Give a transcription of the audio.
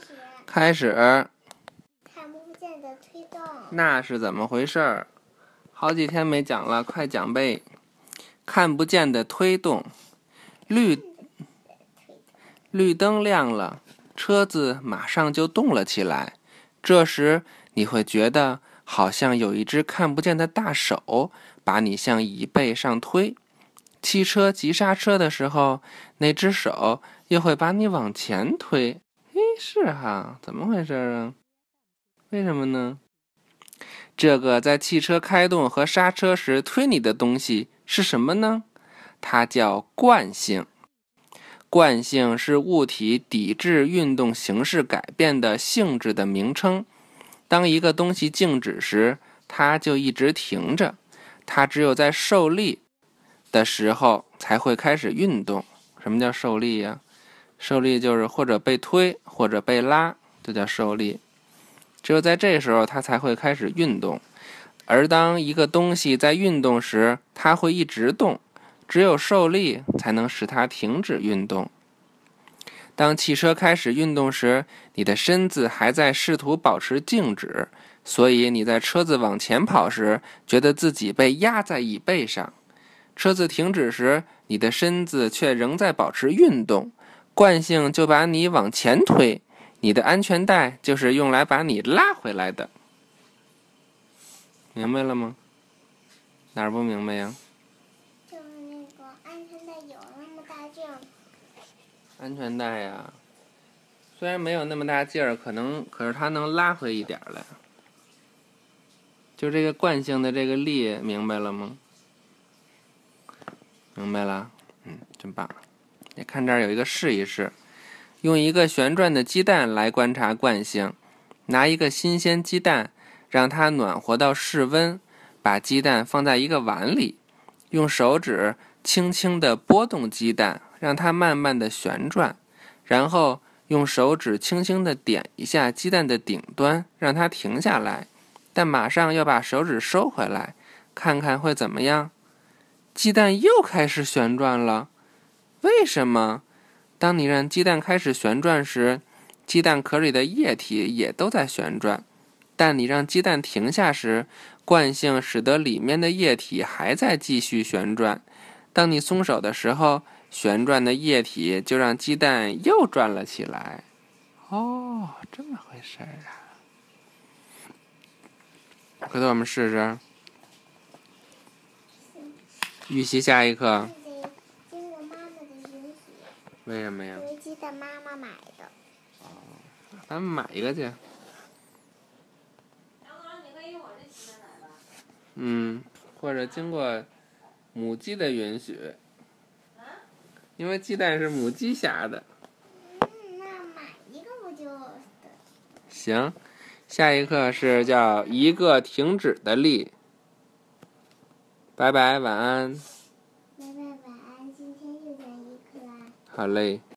开始。 看不见的推动。 那是怎么回事儿？好几天没讲了，快讲呗。看不见的推动。绿灯亮了，车子马上就动了起来。这时你会觉得好像有一只看不见的大手把你向椅背上推。汽车急刹车的时候，那只手又会把你往前推。是哈，怎么回事啊？为什么呢？这个在汽车开动和刹车时推你的东西是什么呢？它叫惯性。惯性是物体抵制运动形式改变的性质的名称。当一个东西静止时，它就一直停着。它只有在受力的时候才会开始运动。什么叫受力呀？受力就是或者被推或者被拉，这叫受力。只有在这时候它才会开始运动。而当一个东西在运动时，它会一直动。只有受力才能使它停止运动。当汽车开始运动时，你的身子还在试图保持静止，所以你在车子往前跑时，觉得自己被压在椅背上。车子停止时，你的身子却仍在保持运动，惯性就把你往前推。你的安全带就是用来把你拉回来的。明白了吗？哪儿不明白呀？ 就是那个安全带有那么大劲儿。 安全带呀，虽然没有那么大劲儿，可是它能拉回一点来。就这个惯性的这个力，明白了吗？明白了，真棒。你看这儿有一个试一试，用一个旋转的鸡蛋来观察惯性。拿一个新鲜鸡蛋，让它暖和到室温，把鸡蛋放在一个碗里，用手指轻轻地拨动鸡蛋，让它慢慢地旋转，然后用手指轻轻地点一下鸡蛋的顶端，让它停下来，但马上要把手指收回来，看看会怎么样？鸡蛋又开始旋转了。为什么？当你让鸡蛋开始旋转时，鸡蛋壳里的液体也都在旋转，但你让鸡蛋停下时，惯性使得里面的液体还在继续旋转。当你松手的时候，旋转的液体就让鸡蛋又转了起来。哦，这么回事啊！回头我们试试。预习下一课。 经过妈妈的允许。 为什么呀？ 因为鸡蛋妈妈买的。 咱们买一个去。或者经过母鸡的允许。因为鸡蛋是母鸡下的。 那买一个不就？ 行，下一课是叫一个停止的力。拜拜，晚安。 拜拜，晚安。今天又讲一课啦。 好嘞。